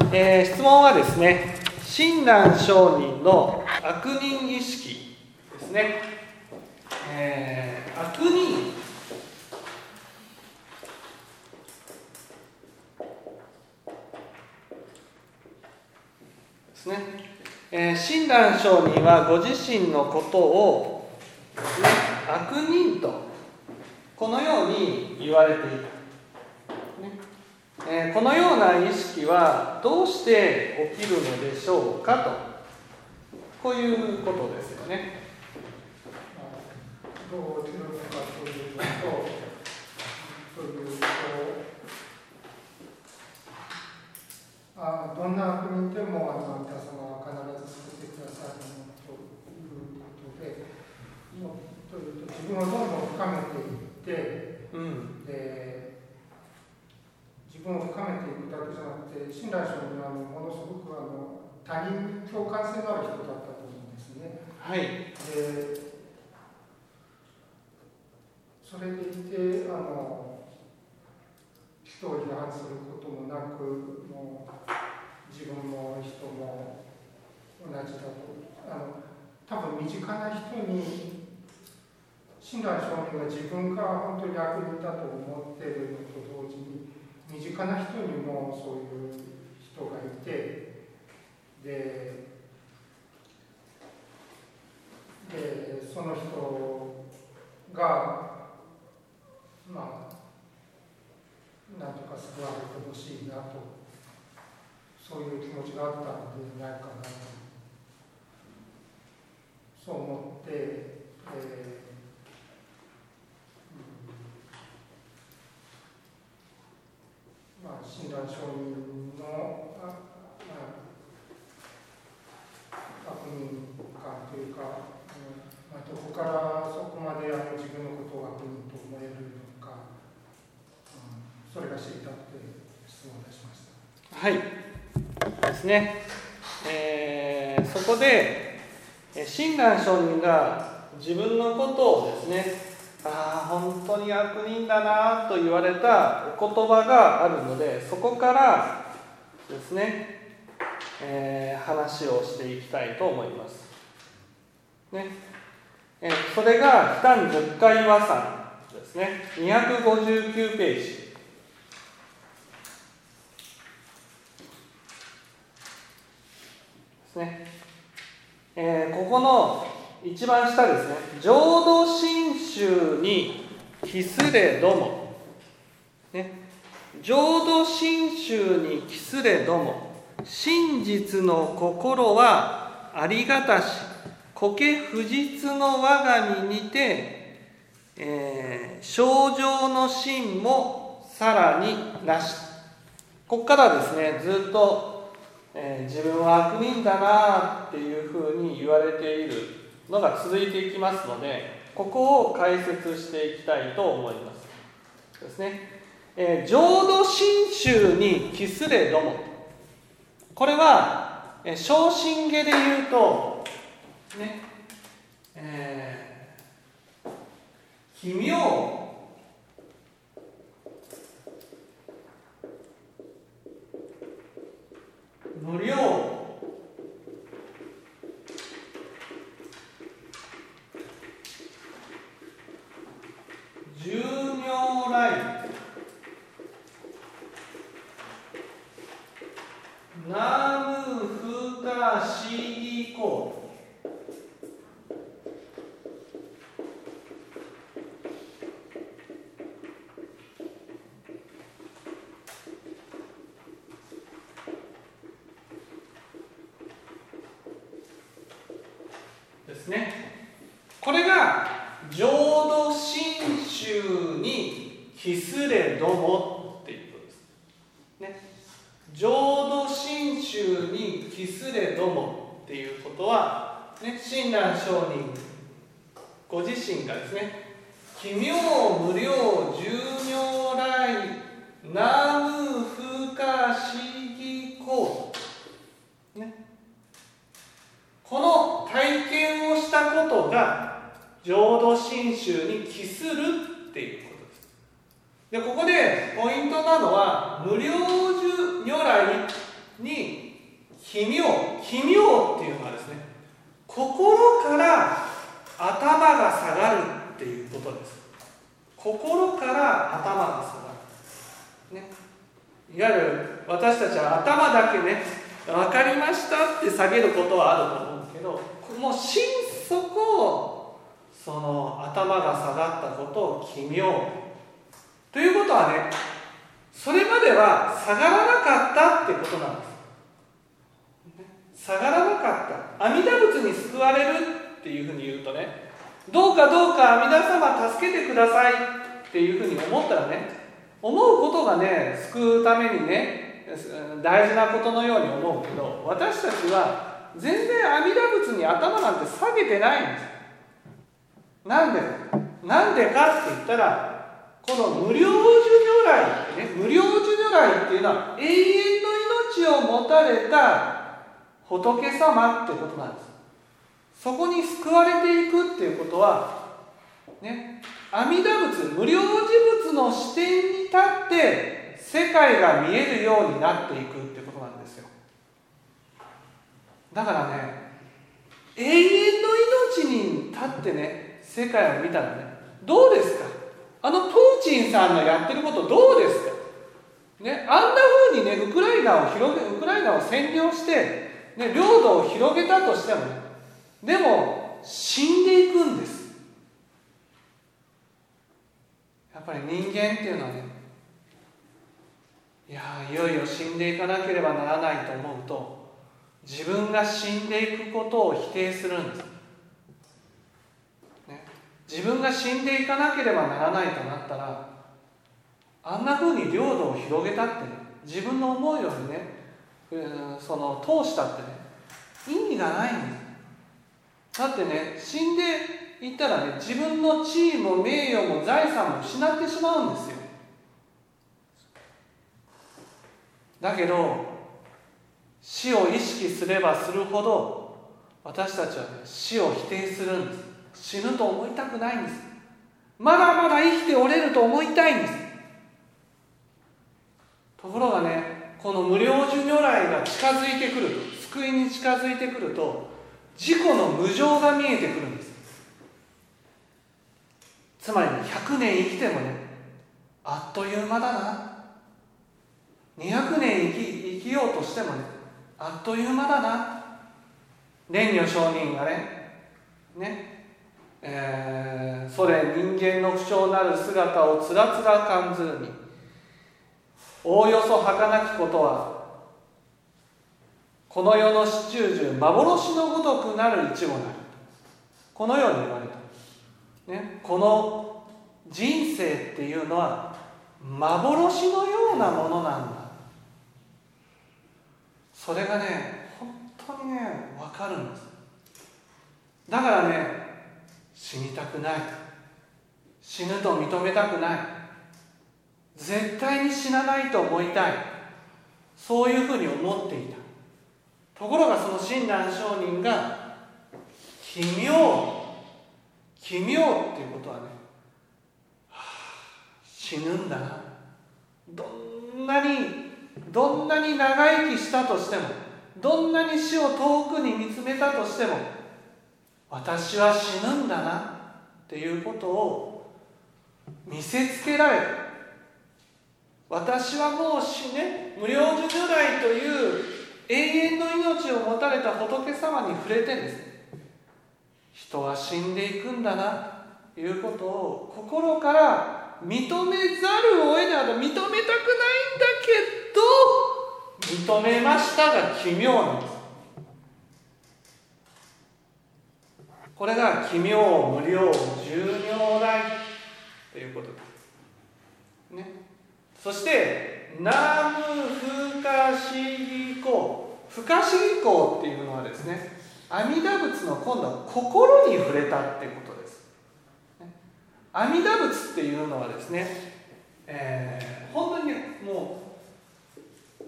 質問はですね、親鸞上人の悪人意識ですね。悪人ですね。親鸞上人はご自身のことをですね、悪人とこのように言われていた、ね。このような意識はどうして起きるのでしょうかと、こういうことですよね。 どう起きるのかというと、どんな悪人でも皆様は必ず救ってくださるものということで、自分をどんどん深めていって、自分を深めていくだけじゃなくて、親鸞上人はものすごく他人に共感性のある人だったと思うんですね。 はい。 でそれでいて人を批判することもなく、もう自分も人も同じだと、多分身近な人に親鸞上人が自分が本当に悪人だと思っているのと同時に、身近な人にもそういう人がいて、でその人がなんとか救われてほしいなと、そういう気持ちがあったのではないかなと、そう思って、親鸞上人の悪人感というか、どこからそこまで自分のことを悪人と思えるのか、それが知りたくて質問いたしました。 はいですね。そこで親鸞上人が自分のことをですね、本当に悪人だなと言われたお言葉があるので、そこからですね、話をしていきたいと思います。ね。それが「悲嘆十回和算」ですね。259ページですね。ここの一番下ですね。浄土真宗に帰すれども、ね、浄土真宗に帰すれども、真実の心はありがたし、苔不実の我が身にて、清浄の心もさらになし。ここからですね、ずっと、自分は悪人だなっていうふうに言われているのが続いていきますので、ここを解説していきたいと思いますですね。浄土真宗に帰すれども、これは小心下で言うとね、奇妙無量十如来南無不可思議光ですね。これが浄土真宗に帰すれどもっていうことです、ね。浄土真宗に帰すれどもっていうことは、ね、親鸞上人ご自身がですね、奇妙無量十如来南無不可思議光、ね、この体験をしたことが浄土真宗に帰するっていうことです。で、ここでポイントなのは無量如来に奇妙っていうのはですね、心から頭が下がるっていうことです。心から頭が下がる、ね、いわゆる私たちは頭だけね、分かりましたって下げることはあると思うけど、もう心底その頭が下がったことを奇妙ということはね、それまでは下がらなかったってことなんです。下がらなかった、阿弥陀仏に救われるっていうふうに言うとね、どうか阿弥陀様助けてくださいっていうふうに思ったらね、思うことがね、救うためにね、大事なことのように思うけど、私たちは全然阿弥陀仏に頭なんて下げてないんです。なんでかって言ったら、この無量寿如来ってね、無量寿如来っていうのは永遠の命を持たれた仏様ってことなんです。そこに救われていくっていうことはね、阿弥陀仏、無量寿仏の視点に立って世界が見えるようになっていくってことなんですよ。だからね、永遠の命に立ってね、世界を見たらね、どうですか？プーチンさんのやってることどうですか？ね、あんな風にね、ウクライナを占領して、ね、領土を広げたとしてもね、でも死んでいくんです。やっぱり人間っていうのはね、いよいよ死んでいかなければならないと思うと、自分が死んでいくことを否定するんです、ね、自分が死んでいかなければならないとなったら、あんなふうに領土を広げたってね、自分の思うようにね、通したってね、意味がないんです。だってね、死んでいったらね、自分の地位も名誉も財産も失ってしまうんですよ。だけど死を意識すればするほど、私たちはね、死を否定するんです。死ぬと思いたくないんです。まだまだ生きておれると思いたいんです。ところがね、この無量寿如来が近づいてくると、救いに近づいてくると、自己の無常が見えてくるんです。つまり100年生きてもね、あっという間だな、200年生きようとしてもね、あっという間だな。蓮如上人がそれ人間の不詳なる姿をつらつら感ずるに、おおよそ儚きことはこの世の始終中幻のごとくなる一語なり、このように言われた、ね、この人生っていうのは幻のようなものなんだ。それがね、本当にね、分かるんです。だからね、死にたくない、死ぬと認めたくない、絶対に死なないと思いたい、そういうふうに思っていた。ところがその親鸞上人が奇妙っていうことはね、死ぬんだな、どんなに長生きしたとしても、どんなに死を遠くに見つめたとしても、私は死ぬんだなっていうことを見せつけられる。私はもう死ね、無量寿如来という永遠の命を持たれた仏様に触れてですね、人は死んでいくんだなということを心から認めざるを得ない。認めたくないんだけど認めましたが奇妙なんです。これが奇妙無量寿如来ということですね。そして南無不可思議行、不可思議行っていうのはですね、阿弥陀仏の今度は心に触れたっていうことです。阿弥陀仏っていうのはですね、本当にもう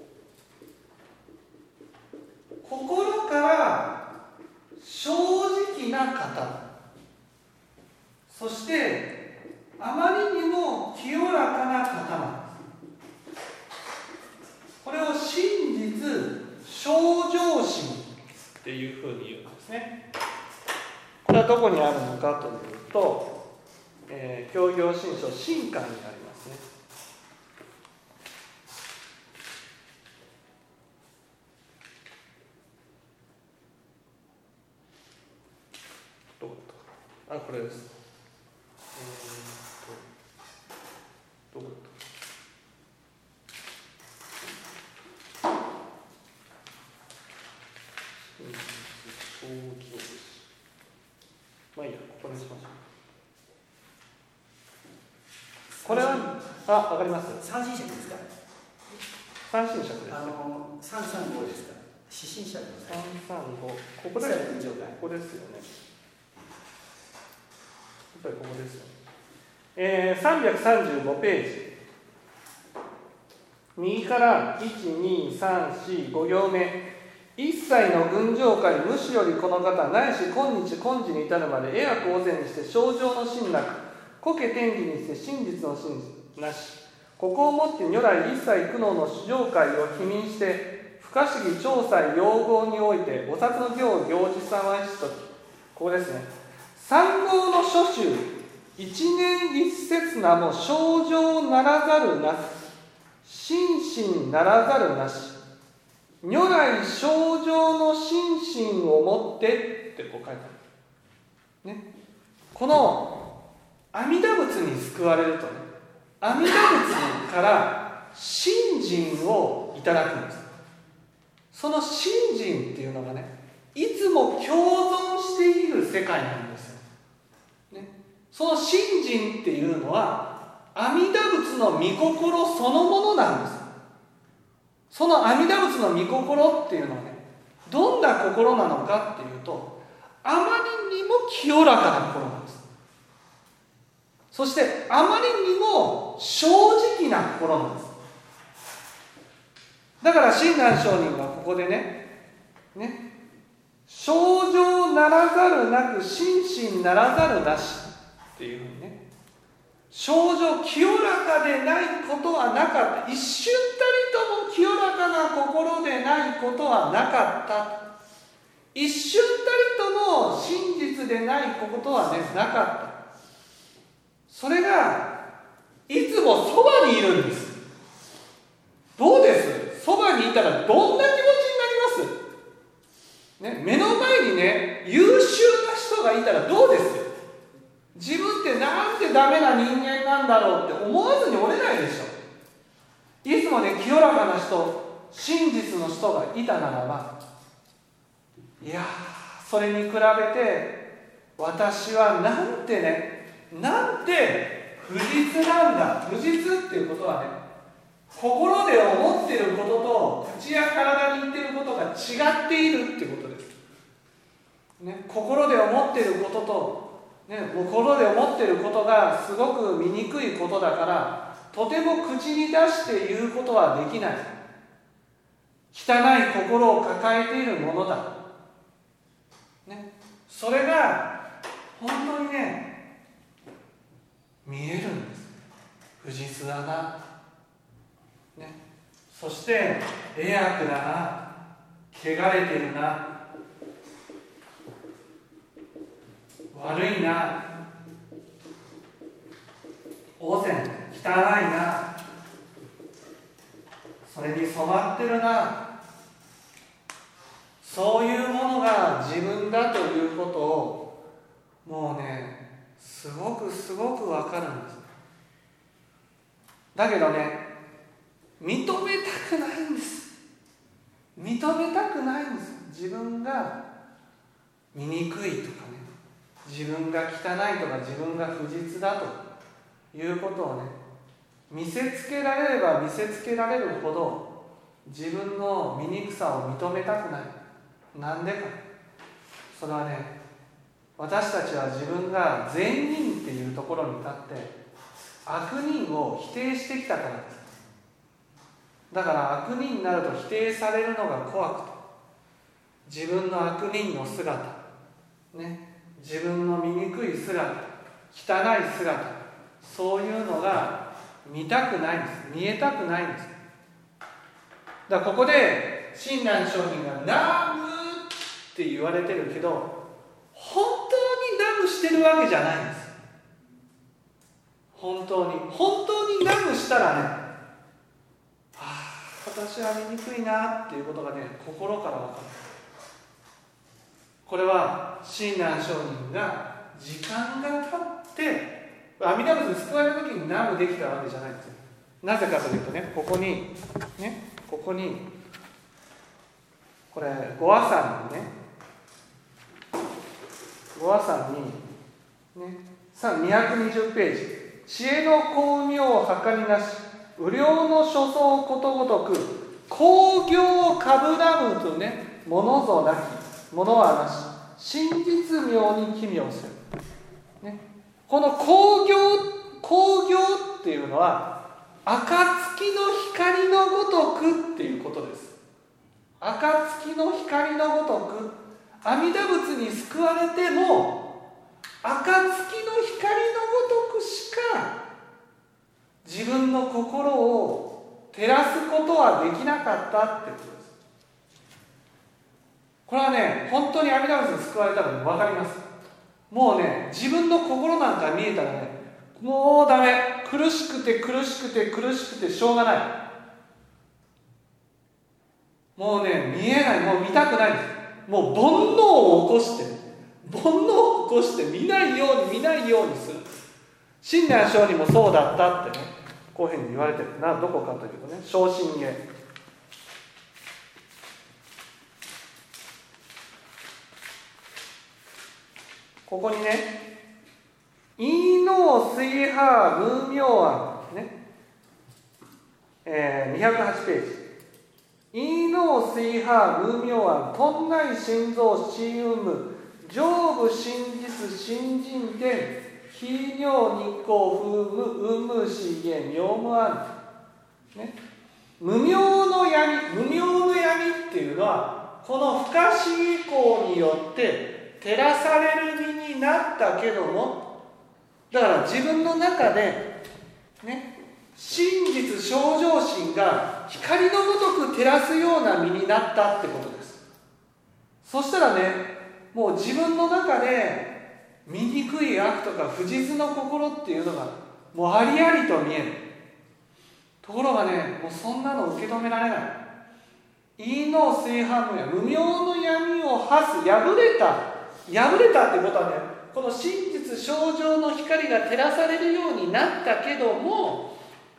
心から正直な方、そしてあまりにも清らかな方なんです。これを真実正常心っていうふうに言うんですね。これはどこにあるのかというと、教行信証新刊にありますね。どこだったかな。これです。どこだったか。まあいいや、ここにしましょう。これは、わかります。 三神釈ですか。 三神釈です。 335ですか。四神釈ですか。 335。ここです。ここですよね。やっぱりここですよね。335ページ。右から1、2、3、4、5行目。一切の群青界無視よりこの方ないし今日今時に至るまで栄悪大勢にして正常の真なく古家天義にして真実の真なしここをもって如来一切苦悩の主上界を否認して不可思議調査用語において菩薩の行を行事さましときここですね三号の諸宗一年一節なも正常ならざるなく心身ならざるなし如来正常の心身をもってってこう書いてある、ね、この阿弥陀仏に救われるとね阿弥陀仏から信心をいただくんです。その信心っていうのがねいつも共存している世界なんですよ、ね、その信心っていうのは阿弥陀仏の御心そのものなんです。その阿弥陀仏の御心っていうのはねどんな心なのかっていうとあまりにも清らかな心なんです。そしてあまりにも正直な心なんです。だから親鸞上人はここでね正常ならざるなく心身ならざるなしっていうふうにね正常清らかでないことはなかった一瞬たりとも清らかな心でないことはなかった一瞬たりとも真実でないことはねなかった。それがいつもそばにいるんです。どうです？そばにいたらどんな気持ちになります？ね、目の前にね優秀な人がいたらどうです？自分ってなんてダメな人間なんだろうって思わずに折れないでしょ。いつもね清らかな人真実の人がいたならばいやそれに比べて私はなんて不実なんだ。不実っていうことはね心で思っていることと口や体に言っていることが違っているっていうことです、ね、心で思っていることと心で思っていることがすごく醜いことだからとても口に出して言うことはできない。汚い心を抱えているものだ、ね、それが本当にね見えるんです。不実だな、ね、そして劣悪だな、汚れてるな、悪いな、汚染、汚いな、それに染まってるな、そういうものが自分だということをもうねすごくわかるんです。だけどね認めたくないんです。認めたくないんです。自分が醜いとかね自分が汚いとか自分が不実だということをね見せつけられれば見せつけられるほど自分の醜さを認めたくない。なんでか。それはね私たちは自分が善人っていうところに立って悪人を否定してきたからです。だから悪人になると否定されるのが怖くて自分の悪人の姿、ね、自分の醜い姿、汚い姿、そういうのが見たくないんです。見えたくないんです。だからここで親鸞上人が南無って言われてるけど、本当に南無してるわけじゃないんです。本当に南無したらね、私は見にくいなっていうことがね、心から分かる。これは親鸞上人が時間が経って阿弥陀仏に救われた時に南無できたわけじゃないんですよ。なぜかというとね、ここにこれご阿さんにね、220ページ、知恵の巧妙計りなし、無量の所相ことごとく、興行かぶらむとね、物ぞなき、物はなし、真実妙に奇妙する。ね、この興行っていうのは、暁の光のごとくっていうことです。暁の光のごとく、阿弥陀仏に救われても、暁の光のごとくしか自分の心を照らすことはできなかったってことです。これはね、本当に阿弥陀仏に救われたら分かります。もうね、自分の心なんか見えたらね、もうダメ、苦しくてしょうがない。もうね、見えない、もう見たくないんです。もう煩悩を起こして見ないようにする。親鸞上人もそうだったってね、こういうふうに言われてるな。どこかというとね、正信偈、ここにね、異能水波無明暗ね、208ページ、異能水波無明暗、頓内心臓心有無、上部真実新人天、非妙日光風無無資源妙無暗、ね、無明の闇っていうのは、この不可思議光によって照らされる身になったけども、だから自分の中でね、真実清浄心が光のごとく照らすような身になったってことです。そしたらね、もう自分の中で醜い悪とか不実の心っていうのがもうありありと見える。ところがね、もうそんなの受け止められない。異能水波や無明の闇を破す、破れたってことはね、この真実清浄の光が照らされるようになったけども、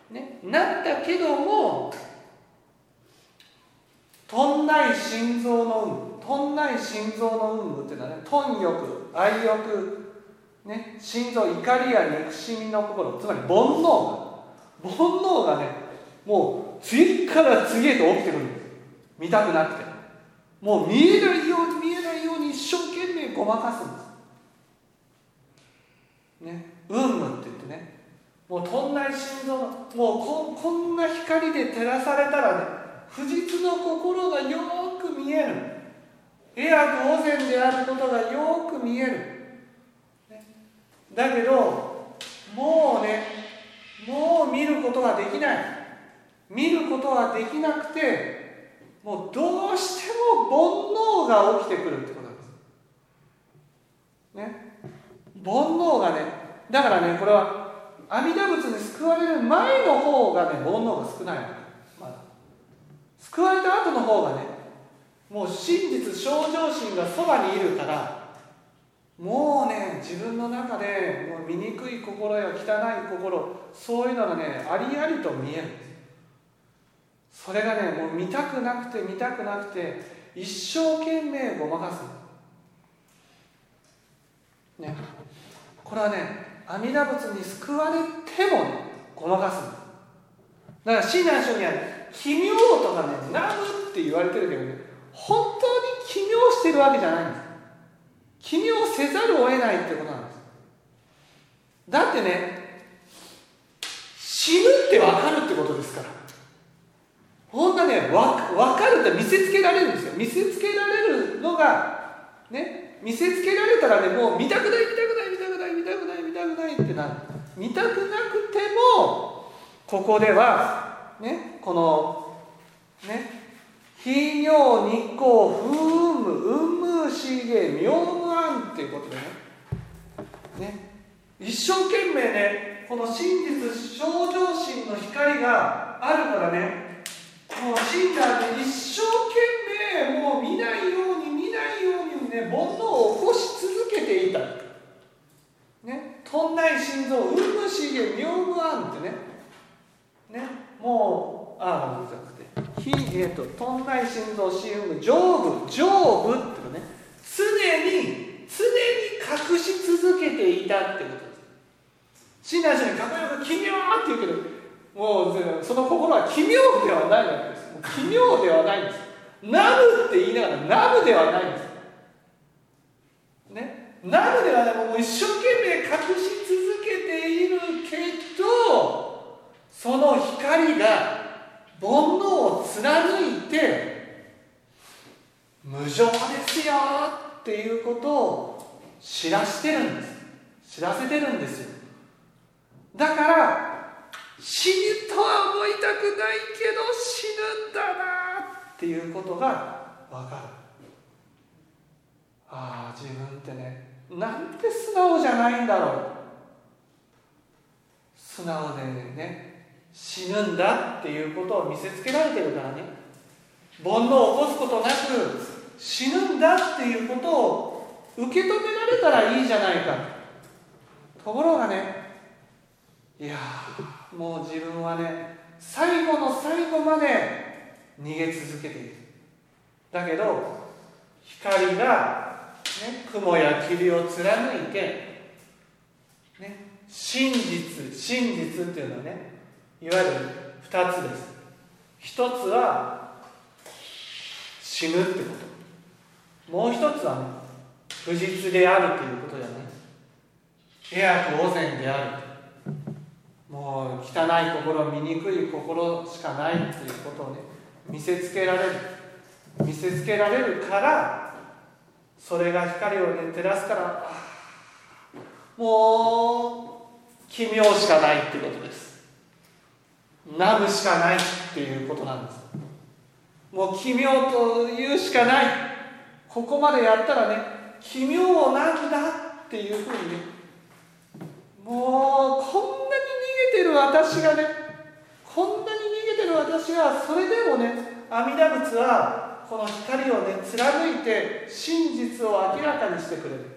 頓内心臓の運無っていうのはね、貪欲、愛欲、ね、心臓、怒りや憎しみの心、つまり煩悩がね、もう次から次へと起きてくるんです。見たくなくて、もう見えないように一生懸命ごまかすんです。ね、運無って言ってね、もう頓内心臓の、もうこんな光で照らされたらね、不実の心がよく見える。栄悪汚然であることがよく見える。ね、だけど、もう見ることができない。見ることができなくて、もうどうしても煩悩が起きてくるってことなんです。ね。煩悩がね、だからね、これは阿弥陀仏に救われる前の方がね、煩悩が少ないわけ。まだ救われた後の方がね、もう真実清浄心がそばにいるから、もうね、自分の中でもう醜い心や汚い心、そういうのがね、ありありと見えるんです。それがね、もう見たくなくて一生懸命ごまかす、ね、これはね、阿弥陀仏に救われても、ね、ごまかす。だから親鸞上にはね、奇妙とかね、南無って言われてるけどね、本当に奇妙してるわけじゃないんです。奇妙せざるを得ないってことなんです。だってね、死ぬって分かるってことですから。こんなね、分かるって見せつけられるんですよ。見せつけられるのがね、見せつけられたらね、もう見たくないってなる。見たくなくても、ここではね、このね、 非尿日光風無雲無しげ妙無暗っていうことでね、一生懸命ね、この真実正常心の光があるからね、もう親鸞で一生懸命もう見ないようにね、煩悩を起こし続けていた。ね、頓内心臓雲無しげ妙無暗ってね、もうじゃなくて頓内心臓死雲無上部っていうね、常に隠し続けていたってことです。親鸞聖人かっこよく奇妙って言うけど、もうその心は奇妙ではないわけです。もう奇妙ではないんです。ナムって言いながらナムではないんです。ね、ナムではない、もう一生懸命隠し続けているけど、その光が煩悩を貫いて無常ですよっていうことを知らせてるんですよ。だから死ぬとは思いたくないけど死ぬんだなっていうことが分かる。自分ってね、なんて素直じゃないんだろう。素直でね、死ぬんだっていうことを見せつけられてるからね、煩悩を起こすことなく死ぬんだっていうことを受け止められたらいいじゃないか。ところがね、もう自分はね、最後の最後まで逃げ続けている。だけど光が雲や霧を貫いて、真実っていうのはね、いわゆる2つです。一つは死ぬってこと、もう一つはね、不実であるということじゃない。険悪汚然である、もう汚い心、醜い心しかないということをね、見せつけられるから、それが光をね照らすから、もう奇妙しかないっていうことです。ナムしかないっていうことなんです。もう奇妙というしかない。ここまでやったらね、奇妙なんだっていうふうにね、もうこんなに逃げてる私がそれでもね、阿弥陀仏はこの光をね貫いて真実を明らかにしてくれる。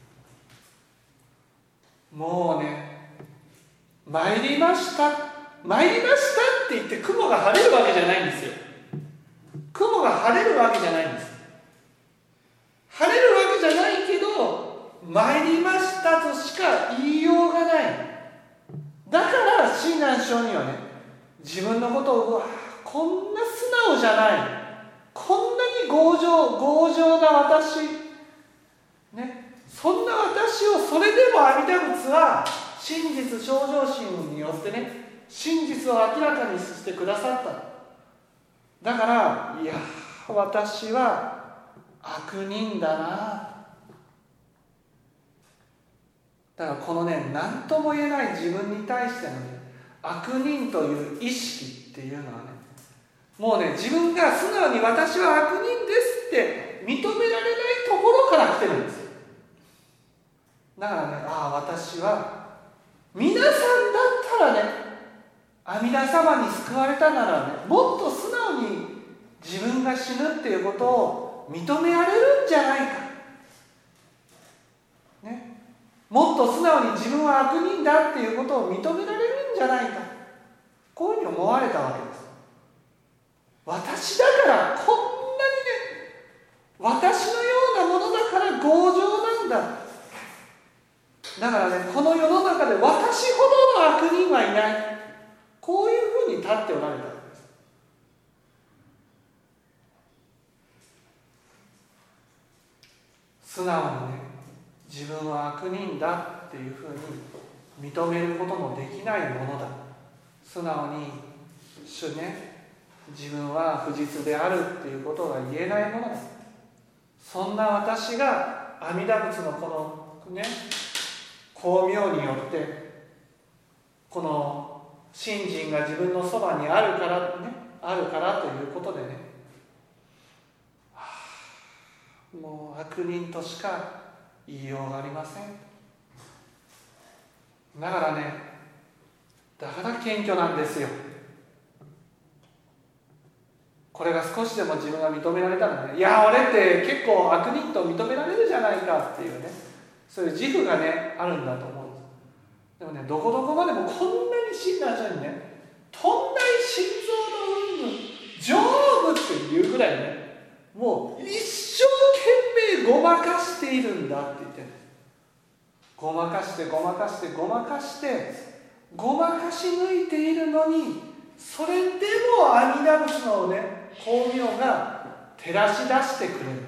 もうね、参りましたって言って雲が晴れるわけじゃないんですよ。雲が晴れるわけじゃないんです。晴れるわけじゃないけど、参りましたとしか言いようがない。だから親鸞聖人はね、自分のことをこんな素直じゃない、こんなに強情な私ね、そんな私をそれでも阿弥陀仏は真実正常心によってね、真実を明らかにしてくださった。だから、私は悪人だな。だからこのね、何とも言えない自分に対してのね、悪人という意識っていうのはね、もうね、自分が素直に私は悪人ですって認められないところから来てるんですよ。だからね、私は皆さんだったらね、阿弥陀様に救われたならね、もっと素直に自分が死ぬっていうことを認められるんじゃないか、ね、もっと素直に自分は悪人だっていうことを認められるんじゃないか、こういうふうに思われたわけです。私だからこんなにね、私のようなものだから強情なんだ。だからね、この世の中で私ほどの悪人はいない、こういうふうに立っておられたわけです。素直にね、自分は悪人だっていうふうに認めることもできないものだ。素直に自分は不実であるっていうことが言えないものだ。そんな私が阿弥陀仏のこのね、光明によってこの信心が自分のそばにあるからということでね、 もう悪人としか言いようがありません。だからね、だから謙虚なんですよ。これが少しでも自分が認められたらね、いや俺って結構悪人と認められるじゃないかっていうね、そういう自負がねあるんだと思うんです。でもね、どこどこまでもこんなに親鸞書にね、とんだい心臓の云々丈夫っていうぐらいね、もう一生懸命ごまかしているんだって言ってるんです。ごまかしてごまかしてごまかしてごまかし抜いているのに、それでも阿弥陀仏のね光明が照らし出してくれる。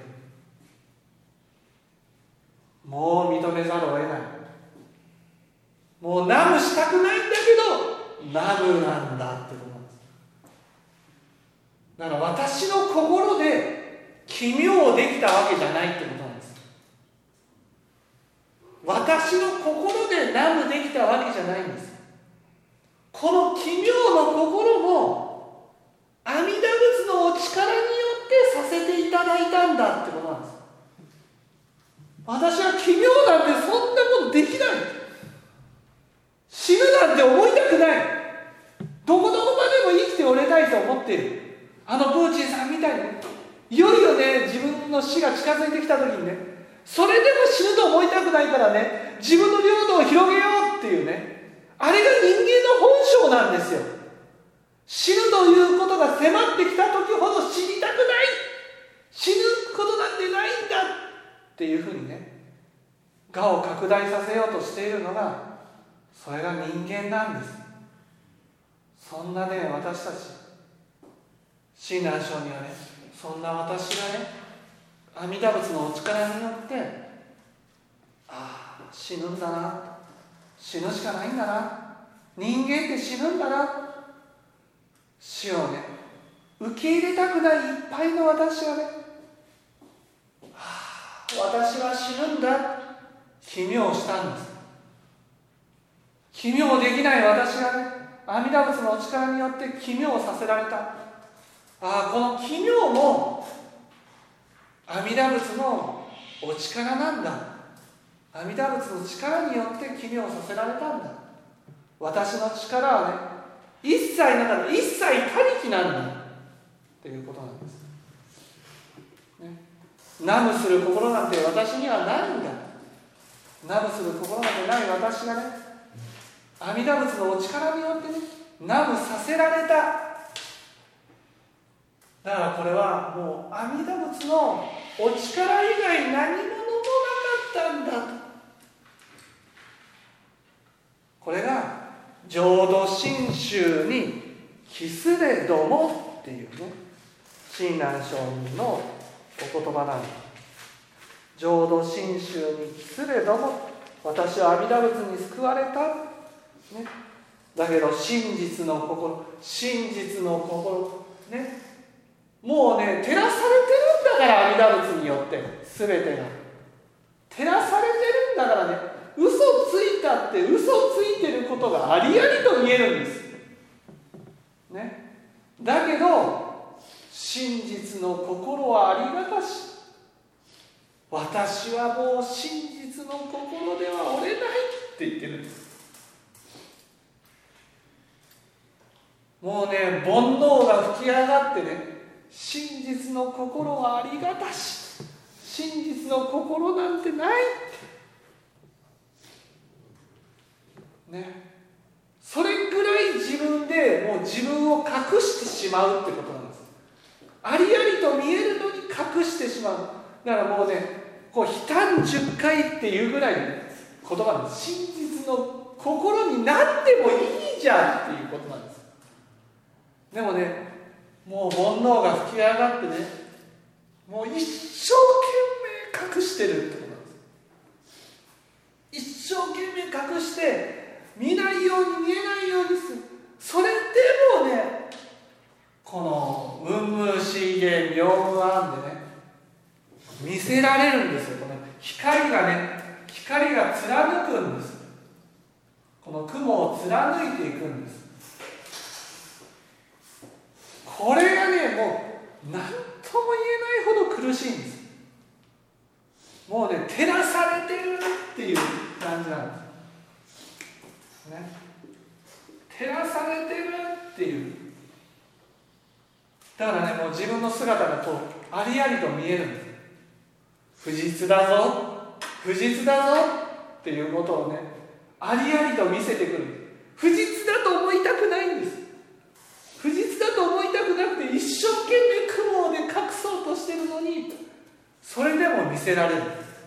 もう認めざるを得ない。もうナムしたくないんだけどナムなんだってことなんです。だから私の心で奇妙できたわけじゃないってことなんです。私の心でナムできたわけじゃないんです。この奇妙の心も阿弥陀仏のお力によってさせていただいたんだってことなんです。私は奇妙なんてそんなことできない。死ぬなんて思いたくない。どこどこまでも生きておれたいと思っている。プーチンさんみたいにね、いよいよね自分の死が近づいてきた時にね、それでも死ぬと思いたくないからね、自分の領土を広げようっていうね、あれが人間の本性なんですよ。死ぬということが迫ってきた時ほど死にたくない、死ぬことなんてないんだっていうふうにね、我を拡大させようとしているのが、それが人間なんです。そんなね、私たち親鸞聖にはね、そんな私がね、阿弥陀仏のお力によって死ぬんだな、死ぬしかないんだな、人間って死ぬんだな、死をね受け入れたくないいっぱいの私がね、私は死ぬんだ、奇妙したんです。奇妙できない私がね、阿弥陀仏のお力によって奇妙させられた。この奇妙も阿弥陀仏のお力なんだ。阿弥陀仏の力によって奇妙させられたんだ。私の力はね、一切なかった、一切他力なんだっていうことなんです、ね。ナムする心なんて私にはないんだ。ナムする心なんてない私がね、阿弥陀仏のお力によってね、ナムさせられた。だからこれはもう阿弥陀仏のお力以外何者もなかったんだと。これが浄土真宗に帰すれどもっていうね、親鸞聖人のお言葉なんです。浄土真宗に帰すれども、私は阿弥陀仏に救われた、ね、だけど真実の心、真実の心ね、もうね照らされてるんだから、阿弥陀仏によって全てが照らされてるんだからね、嘘ついたって嘘ついてることがありありと見えるんです、ね、だけど真実の心はありがたし、私はもう真実の心では折れないって言ってるんです。もうね煩悩が吹き上がってね、真実の心はありがたし、真実の心なんてないってね、それぐらい自分でもう自分を隠してしまうってことなんです。ありありと見えるのに隠してしまう。だからもうね、こう悲嘆10回っていうぐらいの言葉なんです。真実の心になってもいいじゃんっていうことなんです。でもね、もう煩悩が吹き上がってね、もう一生懸命隠してるってことなんです。一生懸命隠して見ないように見えないようにする。それでもね、この雲霧シーゲ妙無案でね見せられるんですよ。この光がね、光が貫くんです。この雲を貫いていくんです。これがね、もう何とも言えないほど苦しいんです。 もうね、照らされてるっていう感じなんですね。照らされてるっていう。だからね、もう自分の姿がこうありありと見えるんです。不実だぞ、不実だぞっていうことをね、ありありと見せてくる。不実だと思いたくないんです。不実だと思いたくなくて一生懸命雲で隠そうとしてるのに、それでも見せられる。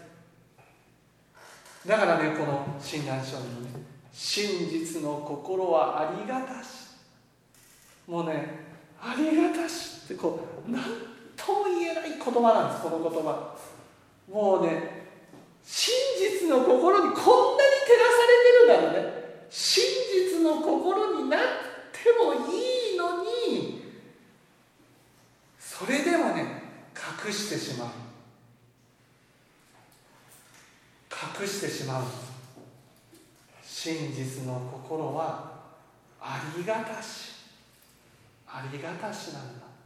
だからね、この親鸞書にね、真実の心はありがたし、もうね、ありがたしってこう何とも言えない言葉なんです。この言葉もうね、真実の心にこんなに照らされてるならね、真実の心になってもいいのに、それでもね、隠してしまう。隠してしまうんです。真実の心はありがたし、ありがたしなんだ、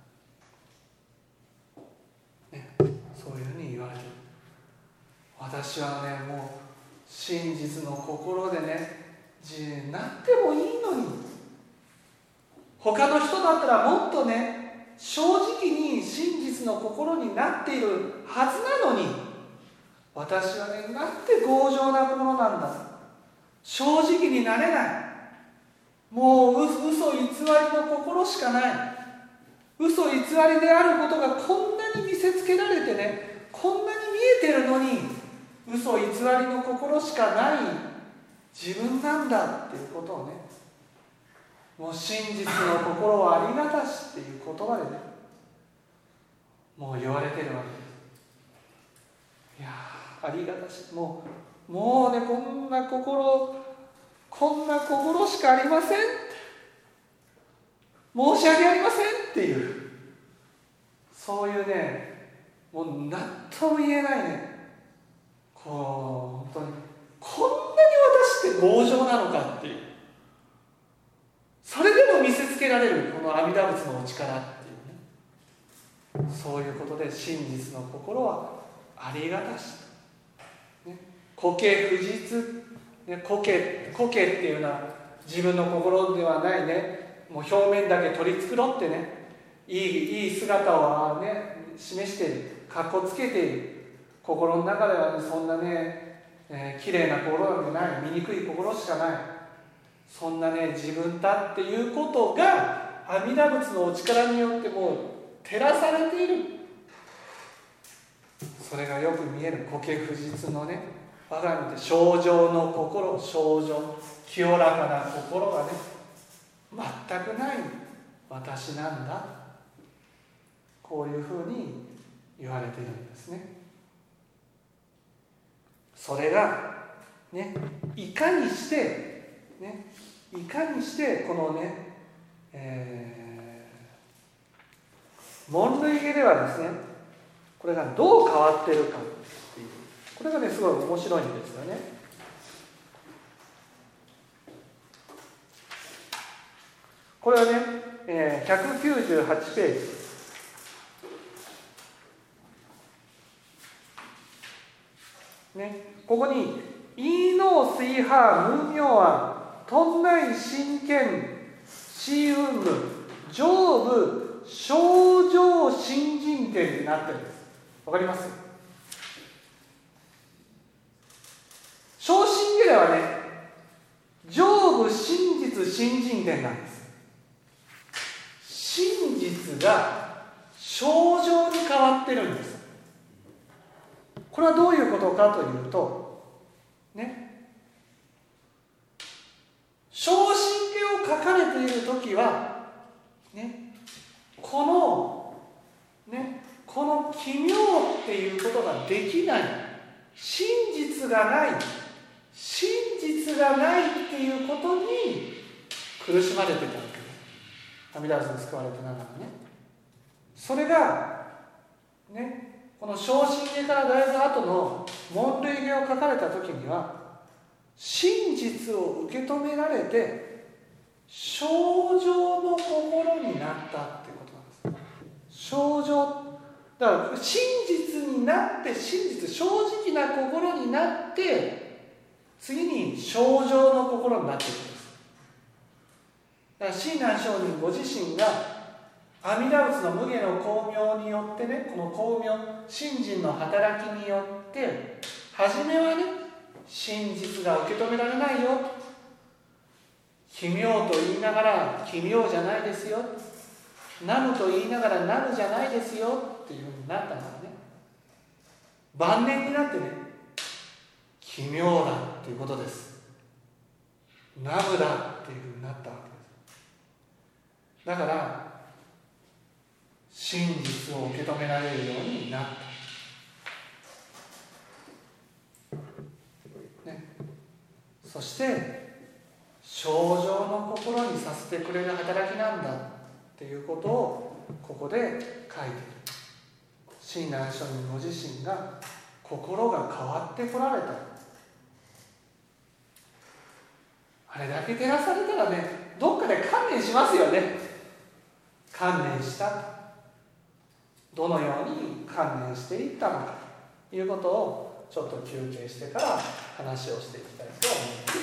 ね、そういうふうに言われている。私はね、もう真実の心でね、なってもいいのに、他の人だったらもっとね、正直に真実の心になっているはずなのに、私はね、なんて強情なものなんだ、正直になれない、もう嘘偽りの心しかない、嘘偽りであることがこんなに見せつけられてね、こんなに見えてるのに、嘘偽りの心しかない自分なんだっていうことをね、もう真実の心はありがたしっていう言葉でね、もう言われてるわけです。いやー、ありがたし、もうね、こんな心しかありません、申し訳ありませんっていう、そういうね、もう何とも言えないね、本当にこんなに私って強情なのかっていう、それでも見せつけられるこの阿弥陀仏のお力っていうね、そういうことで真実の心はありがたし、ね、固形不実、ね、固形っていうのは自分の心ではないね、もう表面だけ取り繕ってね、いい姿をね示している、かっこつけている、心の中では、ね、そんなね、綺麗な心なんてない、醜い心しかない、そんなね自分だっていうことが阿弥陀仏のお力によってもう照らされている。それがよく見える固形不実のね、我が身で清浄の心、清らかな心がね全くない私なんだ、こういうふうに言われているんですね。それがね、いかにしてこのね、門類下ではですね、これがどう変わっているかっていう、これがねすごい面白いんですよね。これはね、198ページ。ね、ここに「いの水波無明案頓内真剣死運部上部清浄新人典」になってるんです。わかります？正真下ではね、上部真実新人典なんです。真実が清浄に変わってるんです。これはどういうことかというとね、正真下を書かれているときはね、この奇妙っていうことができない、真実がないっていうことに苦しまれてたわけです。阿弥陀仏に救われてながらね、それがね、この正真下からだいぶ後の門類下を書かれた時には真実を受け止められて清浄の心になったっていうことなんです。清浄だかから真実になって、真実、正直な心になって、次に正常の心になっていくんです。だから親鸞上人ご自身が阿弥陀仏の無下の光明によってね、この光明、信心の働きによって、初めはね、真実が受け止められないよ、奇妙と言いながら奇妙じゃないですよ、南無と言いながら南無じゃないですよっていうふうになったのがね、晩年になってね、奇妙だっていうことです。南無だっていうふうになったわけです。だから真実を受け止められるようになった、ね、そして正常の心にさせてくれる働きなんだっていうことをここで書いている。親鸞上人ご自身が心が変わってこられた、あれだけ照らされたらね、どっかで観念しますよね。観念した。どのように観念していったのかということをちょっと休憩してから話をしていきたいと思います。